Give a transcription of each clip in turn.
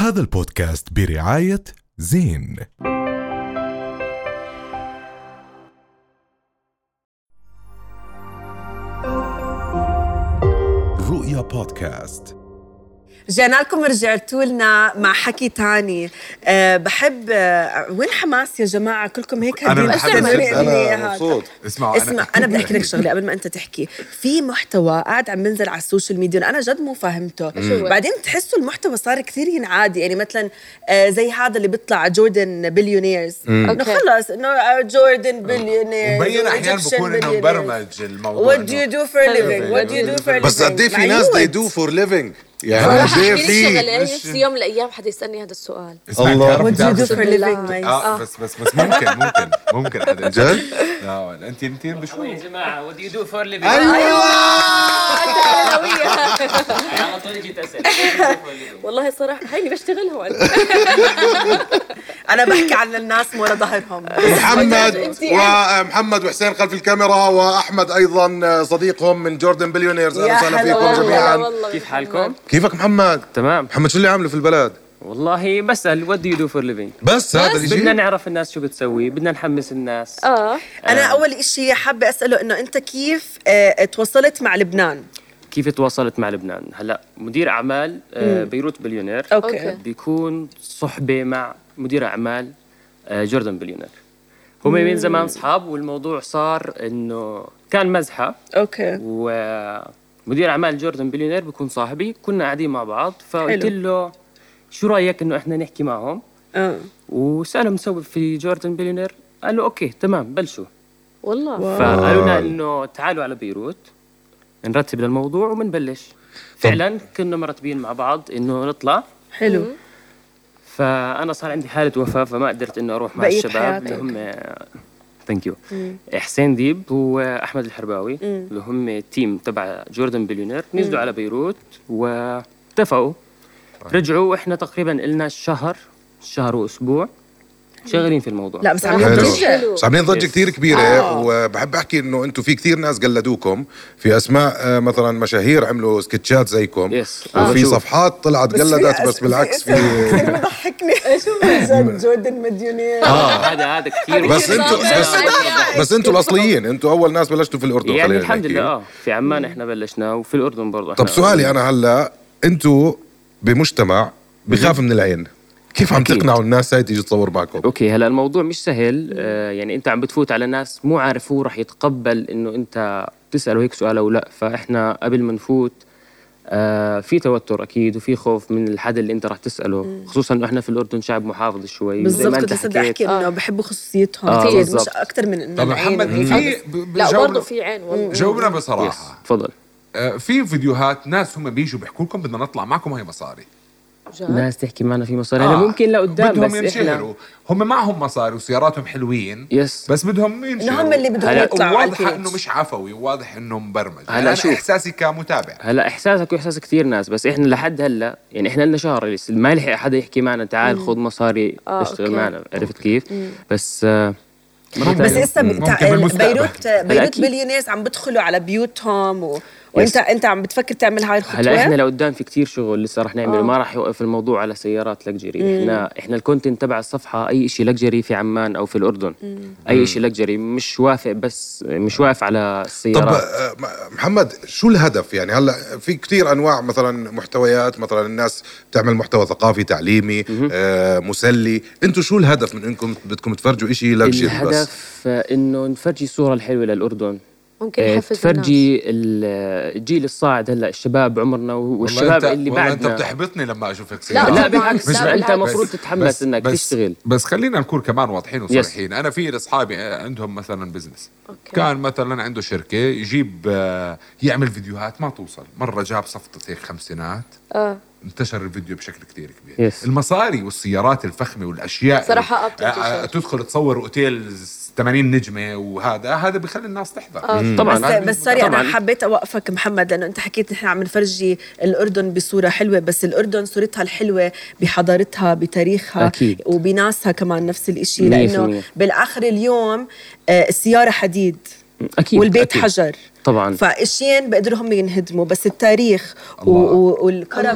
هذا البودكاست برعاية زين. رؤيا بودكاست. رجعنا لكم، رجعتوا لنا مع حكي تاني. بحب وين حماس يا جماعة؟ كلكم هيك أنا مبسوط. اسمع أنا بدي أحكي لك شغلة قبل ما أنت تحكي. في محتوى قاعد عم بنزل على السوشيال ميديا وأنا جد مو فاهمته. بعدين تحسوا المحتوى صار كثير ينعادي، يعني مثلا زي هذا اللي بيطلع جوردن بليونيرز، إنه خلص إنه جوردن بليونيرز، ومبين أحيانا بكون إنه برمج الموضوع. What do you do for a living? What do you do for a living؟ بس قد إيه في ناس they do for living. يعني نفسي يوم من الأيام حد يسألني هذا السؤال. الله What do you do for a living؟ بس ممكن حدا جد. لا أنت بشوي يا جماعة what do you do for a living؟ أيوة. على طول جيت أسأل. والله صراحة هيني بشتغل هون. أنا بحكي عن الناس ورا ظهرهم. محمد وحسين خلف الكاميرا، وأحمد أيضا صديقهم من جوردن بليونيرز. أهلا وسهلا فيكم جميعا. كيف حالكم؟ كيفك محمد؟ تمام. محمد شو اللي عامله في البلد؟ والله بسأل what do you do for a living؟ بس هذا اللي بدنا نعرف الناس شو بتسوي، بدنا نحمس الناس. أنا أول إشي حابة أسأله إنه أنت كيف تواصلت مع لبنان؟ كيف تواصلت مع لبنان؟ هلا مدير أعمال بيروت بليونير أوكي. بيكون صحبة مع مدير أعمال جوردن بليونير. هم من زمان أصحاب، والموضوع صار إنه كان مزحة. أوكي. ومدير أعمال جوردن بليونير بيكون صاحبي، كنا قاعدين مع بعض، فقلت له شو رأيك إنه إحنا نحكي معهم؟ وسألهم نسوي في جوردن بليونير، قال له أوكي تمام بلشوا. والله. فقالوا لنا إنه تعالوا على بيروت نرتب للموضوع ومنبلش. فعلا كنا مرتبين مع بعض إنه نطلع. حلو. فأنا صار عندي حالة وفاة، فما قدرت إنه أروح مع الشباب اللي هم ثانك يو حسين ديب وأحمد الحرباوي اللي هم تيم تبع جوردن بليونير. نزلوا على بيروت واتفقوا، رجعوا وإحنا تقريبا لنا شهر وأسبوع شغالين في الموضوع. لا بس عاملين ضجة كتير كبيرة. وبحب أحكي إنه أنتوا في كتير ناس قلدوكم، في أسماء مثلا مشاهير عملوا سكتشات زيكم، وفي صفحات طلعت قلدت. بس بالعكس في ضحكني جوردن مليونير. هذا كتير. بس أنتوا الأصليين، أنتوا أول ناس بلشتوا في الأردن يعني الحمد لله. في عمان إحنا بلشنا وفي الأردن برضه. طب سؤالي أنا هلا، أنتوا بمجتمع بخاف من العين، كيف عم تقنعوا الناس هاي تيجي تصور معكم؟ اوكي هلا الموضوع مش سهل. يعني انت عم بتفوت على ناس مو عارف هو رح يتقبل انه انت تساله هيك سؤال او لا. فاحنا قبل ما نفوت في توتر اكيد وفي خوف من الحدا اللي انت رح تساله، خصوصا انه احنا في الاردن شعب محافظ شوي. بالضبط. كنت بدي احكي انه بحبوا خصوصيتهم كثير، مش اكثر من انه. طب محمد لا برضه في عين والله. جاوبنا بصراحه. تفضل. في فيديوهات ناس هم بيجوا بيحكوا لكم بدنا نطلع معكم وهي مصاري. ناس تحكي معنا في مصاري. ممكن لقدام بدهم بس ينشهروا. هم معهم مصاري وسياراتهم حلوين. بس بدهم ينشهروا. هم اللي بدهم يطلعوا. واضح انه مش عفوي، واضح انه مبرمج. هلا شوف احساسي كمتابع. هلا احساسك واحساس كثير ناس، بس احنا لحد هلا يعني احنا لنا شهر لسه ما لحق حدا يحكي معنا تعال خذ مصاري اشتغل معنا. عرفت كيف؟ بس هسه بيروت بليونيرز عم بدخلوا على بيوتهم وانت عم بتفكر تعمل هاي الخطوه. هلا احنا لقدام في كتير شغل لسه رح نعمله. ما رح يوقف الموضوع على سيارات لكجري. احنا الكونتنت تبع الصفحه اي شيء لكجري في عمان او في الاردن. اي شيء لكجري مش واقف على السيارات. طب محمد شو الهدف؟ يعني هلا في كتير انواع مثلا محتويات، مثلا الناس بتعمل محتوى ثقافي تعليمي مسلي. انتوا شو الهدف من انكم بدكم تفرجوا شيء لكجري؟ الهدف انه نفرجي الصوره الحلوه للاردن، ممكن يحفز تفرجي الجيل الصاعد هلا الشباب عمرنا والشباب اللي بعدنا. انت بتحبطني لما اشوفك لا بالعكس. انت مفروض تتحمس انك تشتغل. بس خلينا نكون كمان واضحين وصريحين. انا في اصحابي عندهم مثلا بزنس. كان مثلا عنده شركه يجيب يعمل فيديوهات ما توصل. مره جاب صفطه هيك 5 انتشر الفيديو بشكل كتير كبير. المصاري والسيارات الفخمه والاشياء صراحه تدخل تصور اوتيل 80 نجمة، وهذا بيخلي الناس تحضر. طبعا. بس سوري أنا حبيت أوقفك محمد، لأنه أنت حكيت نحن عم نفرجي الأردن بصورة حلوة، بس الأردن صورتها الحلوة بحضارتها بتاريخها أكيد. وبناسها كمان نفس الإشي، لأنه بالآخر اليوم السيارة حديد أكيد. والبيت أكيد. حجر. طبعا. فاشيين بقدروا هم ينهدموا، بس التاريخ والكرم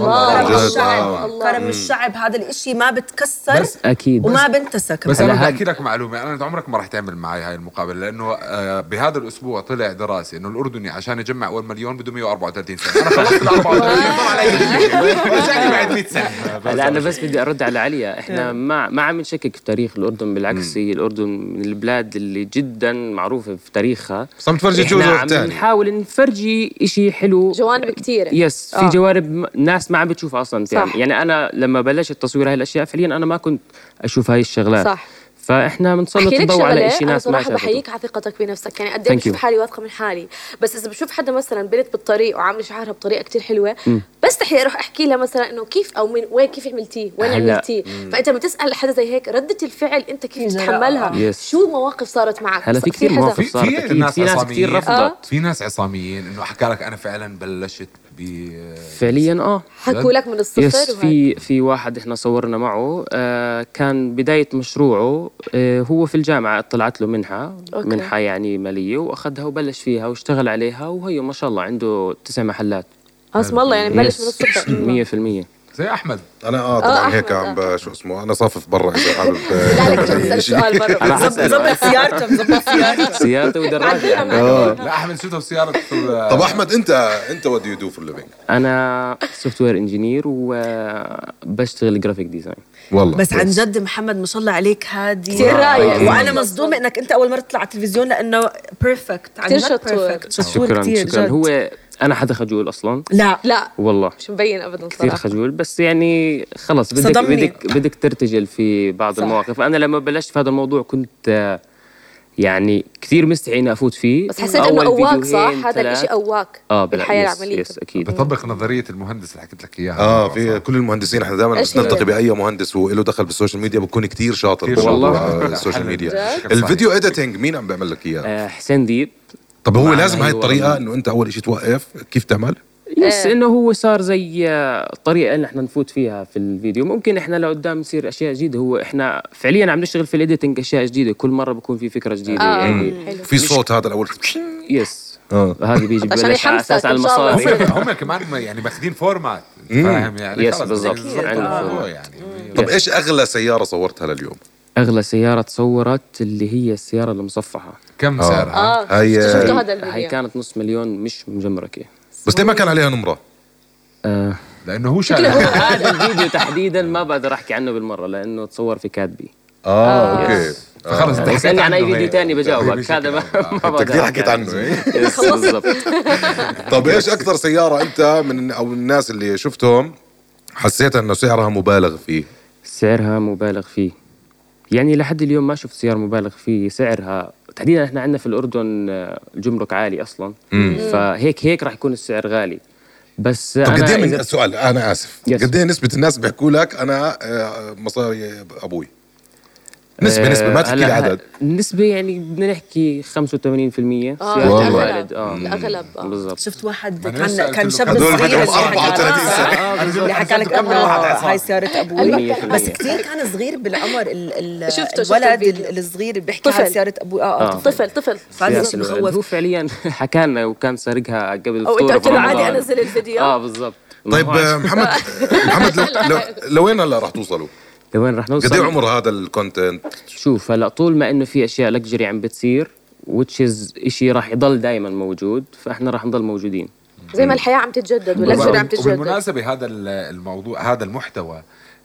كرم الشعب هذا الاشي ما بتكسر اكيد وما بنتسك. بس انا بحكي لك معلومه، انا عمرك ما راح تعمل معي هاي المقابله، لانه بهذا الاسبوع طلع دراسه انه الاردني عشان يجمع اول مليون بده 134 سنه. انا خلصت ال 34 طبعا علي رجعني بعد 100 سنه. لا انا بس بدي ارد على عليا، احنا ما عم نشكك في تاريخ الاردن، بالعكس هي الاردن من البلاد اللي جدا معروفه في تاريخها. بس عم تفرجي جوانب ثانيه، عم نحاول نفرجي إشي حلو، جوانب كتير. يس في جوانب ناس ما عم بتشوفها اصلا. يعني انا لما بلشت تصوير هاي الاشياء فعليا انا ما كنت اشوف هاي الشغلات. صح. فاحنا بنسلط الضوء على شيء ناس ما شافته. بحييك على ثقتك بنفسك، يعني قد ايه بشوف حالي واثقه من حالي، بس اذا بشوف حدا مثلا بنت بالطريق وعامله شعرها بطريقه كتير حلوه بستحي اروح احكي لها مثلا انه كيف او من وين كيف عملتيه وين عملتيه. فانت بتسال حدا زي هيك ردة الفعل انت كيف تتحملها، شو مواقف صارت معك. هلا في كثير مواقف صارت، في ناس كثير رفضت. في ناس عصاميين انه حكى لك انا فعلا بلشت فعليا حكوا لك من الصفر. يس في واحد احنا صورنا معه كان بداية مشروعه، هو في الجامعة طلعت له منحة يعني مالية، واخذها وبلش فيها واشتغل عليها، وهي ما شاء الله عنده 9 محلات. اسم الله، يعني بلش من الصفر 100%. زي احمد. انا طبعا هيك عم شو اسمه، انا صافف برا اذا حابب. لا لك تسال سؤال برا. ظبط سيارته ودراجه يعني. لا احمد شو سيارة. طب احمد انت what do you do for a living؟ انا سوفت وير انجينير وبشتغل جرافيك ديزاين. والله بس عن جد محمد ما شاء الله عليك هادي كثير رايق، وانا مصدومه انك انت اول مره تطلع على التلفزيون لانه بيرفكت. عن جد شطور كثير. شكرا. هو انا حدا خجول اصلا؟ لا والله مش مبين ابدا كثير خجول، بس يعني خلص بدك ترتجل في بعض المواقف. انا لما بلشت في هذا الموضوع كنت يعني كثير مستحي اني افوت فيه، بس حسيت انه قواك. صح، هذا الشيء قواك بالحياه العمليه. اكيد بطبق نظريه المهندس اللي حكيت لك اياها. في كل المهندسين احنا دائما نلتقي باي مهندس وله دخل بالسوشيال ميديا بكون كثير شاطر والله السوشيال ميديا. الفيديو اديتنج مين عم بيعمل لك اياه؟ حسين ديب. طب هو لازم هاي الطريقه انه انت اول شيء توقف كيف تعمل؟ يس انه هو صار زي طريقه ان احنا نفوت فيها في الفيديو. ممكن احنا لقدام نصير اشياء جديده. هو احنا فعليا عم نشتغل في الايديتنج اشياء جديده، كل مره بكون في فكره جديده. يعني في صوت هذا الاول يس هذا بيجي ببلش على اساس على المصاري. هم كمان يعني ماخذين فورمات، فاهم يعني. يس بالضبط. طب ايش اغلى سياره صورتها لليوم؟ اغلى سياره تصورت اللي هي السياره المصفحه. كم سعرها؟ هي كانت $500,000 مش مجمركه. بس ليه ما كان عليها نمرة؟ لأنه هو هذا الفيديو تحديدا ما بقدر أحكي عنه بالمرة لأنه تصور في كادبي. أوكي. فخلص تسألني عن أي فيديو تاني بجاوبك. هذا ما بقدر كثير حكيت عنه. بالضبط. طب إيش أكثر سيارة أنت من أو الناس اللي شفتهم حسيت إنه سعرها مبالغ فيه؟ سعرها مبالغ فيه. يعني لحد اليوم ما شفت سيارة مبالغ فيه سعرها. تحديدا احنا عندنا في الأردن الجمرك عالي أصلا، فهيك راح يكون السعر غالي. بس طب قد ايه من السؤال، أنا آسف، قد ايه نسبة الناس بيحكوا لك أنا مصاري أبوي؟ نسبة ما تحكي لي عدد. النسبة يعني بدنا نحكي 85%. الأغلب بالضبط. شفت واحد كان شاب صغير 34 سنة اللي حكى لك انه هاي سيارة أبوي، بس كثير كان صغير بالعمر. الولد الصغير بيحكي هاي سيارة أبوي. طفل هو فعليا حكانا وكان سارقها قبل الفطور. قلت له عادي أنزل الفيديو. بالضبط. طيب محمد لوين هلا راح توصلوا؟ لوين رح نوصل؟ قد ايه عمر هذا الكونتنت؟ شوف هلا طول ما انه في اشياء لكجري عم بتصير which is اشي راح يضل دائما موجود، فاحنا راح نضل موجودين زي ما الحياة عم تتجدد واللكجري عم تتجدد. وبالمناسبة هذا الموضوع، هذا المحتوى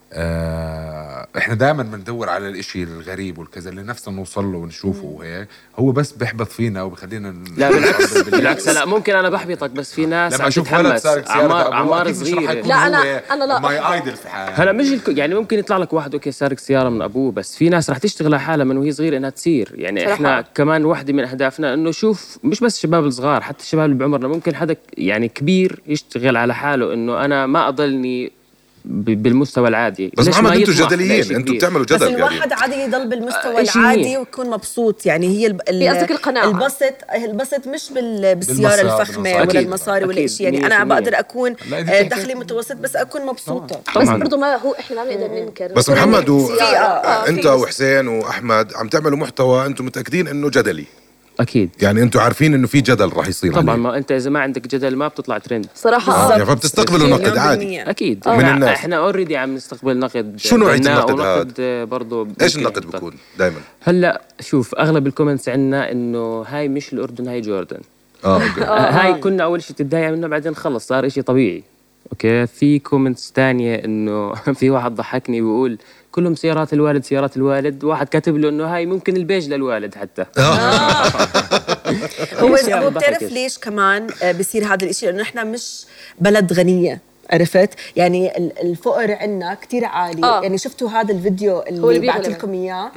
احنا دائما بندور على الاشي الغريب والكذا اللي نفسنا نوصل له ونشوفه وهيك. هو بس بيحبط فينا وبخلينا لا بالعكس لا ممكن انا بحبطك، بس في ناس عم تتحمس. اعمار صغيره. لا انا لا ماي ايدل في حياتي. هلا مش يعني ممكن يطلع لك واحد اوكي سارق سياره من ابوه، بس في ناس رح تشتغل على حالها من وهي صغيره انها تصير. يعني صراحة. احنا كمان واحده من اهدافنا انه شوف مش بس الشباب الصغار، حتى الشباب اللي بعمرنا ممكن حدا يعني كبير يشتغل على حاله انه انا ما اضلني بالمستوى العادي. بس محمد انتوا جدليين، انتوا بتعملوا جدل. بس الواحد عادي يضل بالمستوى العادي ويكون مبسوط. يعني هي قصدك القناعة. البسط مش بالسيارة الفخمة ولا المصاري ولا شيء. يعني أنا بقدر أكون دخلي متوسط بس أكون مبسوطة. بس برضو ما هو إحنا ما بنقدر ننكر. بس محمد أنت وحسين وأحمد عم تعملوا محتوى أنتم متأكدين إنه جدلي. اكيد يعني انتم عارفين انه في جدل راح يصير طبعا عليه. ما انت اذا ما عندك جدل ما بتطلع ترند صراحه يعني فبتستقبلوا نقد عادي اكيد من الناس. احنا اوريدي عم نستقبل نقد. شو نوعية النقد هذا برضه ايش النقد بيكون دائما؟ هلا شوف اغلب الكومنتس عندنا انه هاي مش الاردن هاي جوردن. اوكي. هاي كنا اول شيء تتضايق منه بعدين خلص صار إشي طبيعي. اوكي في كومنتس تانية انه في واحد ضحكني بيقول كلهم سيارات الوالد سيارات الوالد، واحد كاتب له انه هاي ممكن البيج للوالد حتى. هو بتعرف ليش كمان بصير هذا الاشي؟ لانه نحن مش بلد غنية، عرفت؟ يعني الفقر عندنا كتير عالي. يعني شفتوا هذا الفيديو اللي بعت لكم اياه،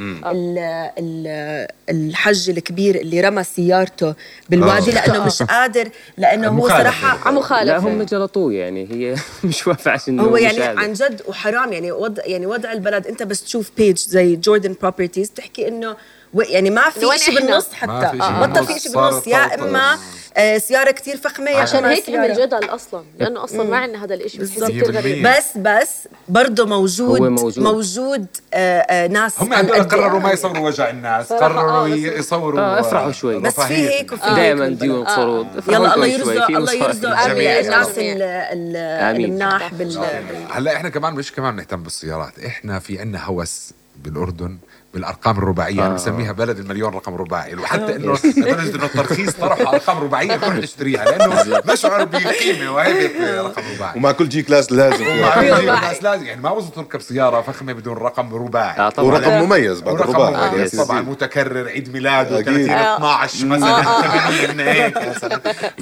الحج الكبير اللي رمى سيارته بالوادي لانه مش قادر، لانه هو صراحه عم مخالف. لا هم جلطوه يعني هي مش وافع انه هو يعني عن جد وحرام. يعني وضع البلد، انت بس تشوف بيج زي جوردن بروبرتيز تحكي انه يعني ما في شيء بالنص، حتى بطل في شيء بالنص، يا اما سيارة كتير فخمة عشان هيك عمل جدل أصلا، لأنه أصلا ما عندنا هذا الإشي. بس برضه موجود ناس هم عندنا قرروا ما يصوروا وجع الناس، قرروا يصوروا افرحوا شوي. بس في هيك وفي دائما ديون صعود. يلا الله يرزق الناس المناح هلا احنا كمان مش كمان نهتم بالسيارات، احنا في عندنا هوس بالأردن بالارقام الرباعيه. انا بسميها بلد المليون رقم رباعي، وحتى انه لدرجه انه الترخيص طرحوا ارقام رباعيه نروح نشتريها لانه نشعر بالقيمه وهي رقم رباعي. ومع كل جي كلاس لازم يعني ما وصلت تركب سياره فخمه بدون رقم رباعي. ورقم مميز بعد الرباعي طبعا متكرر، عيد ميلاده 30/12 مثلا 80 هيك مثلا.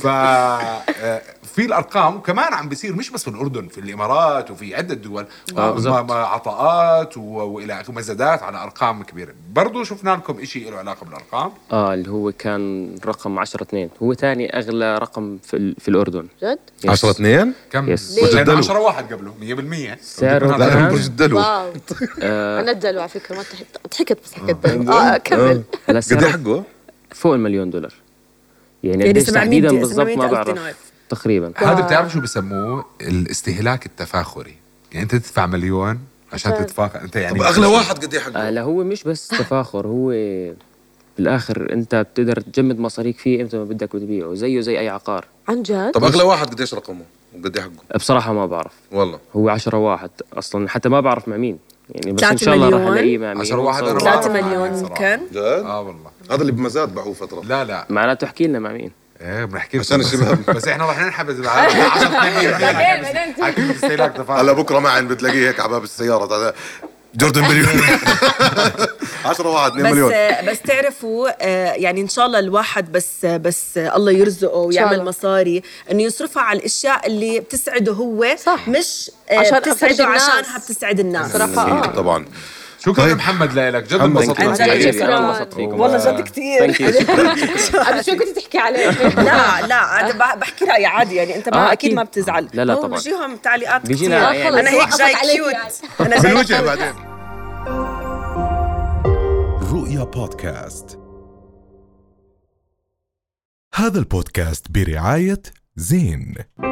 في الارقام وكمان عم بيصير مش بس في الاردن، في الامارات وفي عده دول عطاءات والى اخره، مزادات على ارقام كبيره. برضو شفنا لكم إشي له علاقه بالارقام. اللي هو كان رقم 10/2، هو ثاني اغلى رقم في الاردن. جد 10/2 كم؟ 10-1 قبله 100%. سعره لا بجدلوا. انا ادلوا على فكره، ما ضحكت بس حكيت كمل. قد حقه فوق $1 مليون. يعني تحديدا بالضبط ما بعرف تقريبا. هذا بتعرف شو بسموه؟ الاستهلاك التفاخري. يعني انت تدفع 1,000,000 عشان تتفاخر انت. يعني اغلى واحد قد ايه حقه؟ لا هو مش بس تفاخر، هو بالاخر انت بتقدر تجمد مصاريك فيه امتى ما بدك وتبيعه، زيه زي اي عقار. عن جد؟ طب اغلى واحد قديش رقمه وقد ايه حقه؟ بصراحه ما بعرف والله. هو 10 اصلا، حتى ما بعرف مع مين يعني، بس ان شاء الله راح الاقيه مع مين. 10 مليون كان جد؟ والله هذا اللي بمزاد باعوه فتره. لا معناته احكي لنا مع مين. ايه بنحكي عشان الشباب بس احنا راح ننحبس على 10 هلا بكره معن بتلاقيه هيك على باب السياره هذا جوردن مليون 10 مليون. بس تعرفوا يعني ان شاء الله الواحد بس الله يرزقه ويعمل مصاري انه يصرفها على الاشياء اللي بتسعده هو، صح. مش عشان بتسعده عشانها بتسعد الناس صراحه. طبعا. شكرا محمد لك، جد انبسطت فيكم والله جد كثير. أنا شو كنت تحكي عليه؟ لا بحكي رأيي عادي يعني، انت اكيد ما بتزعل. لا طبعا بيجيهم تعليقات كثير. يعني انا هيك جاي كيوت، انا جاي بالوجه بعدين. رؤيا بودكاست. هذا البودكاست برعاية زين.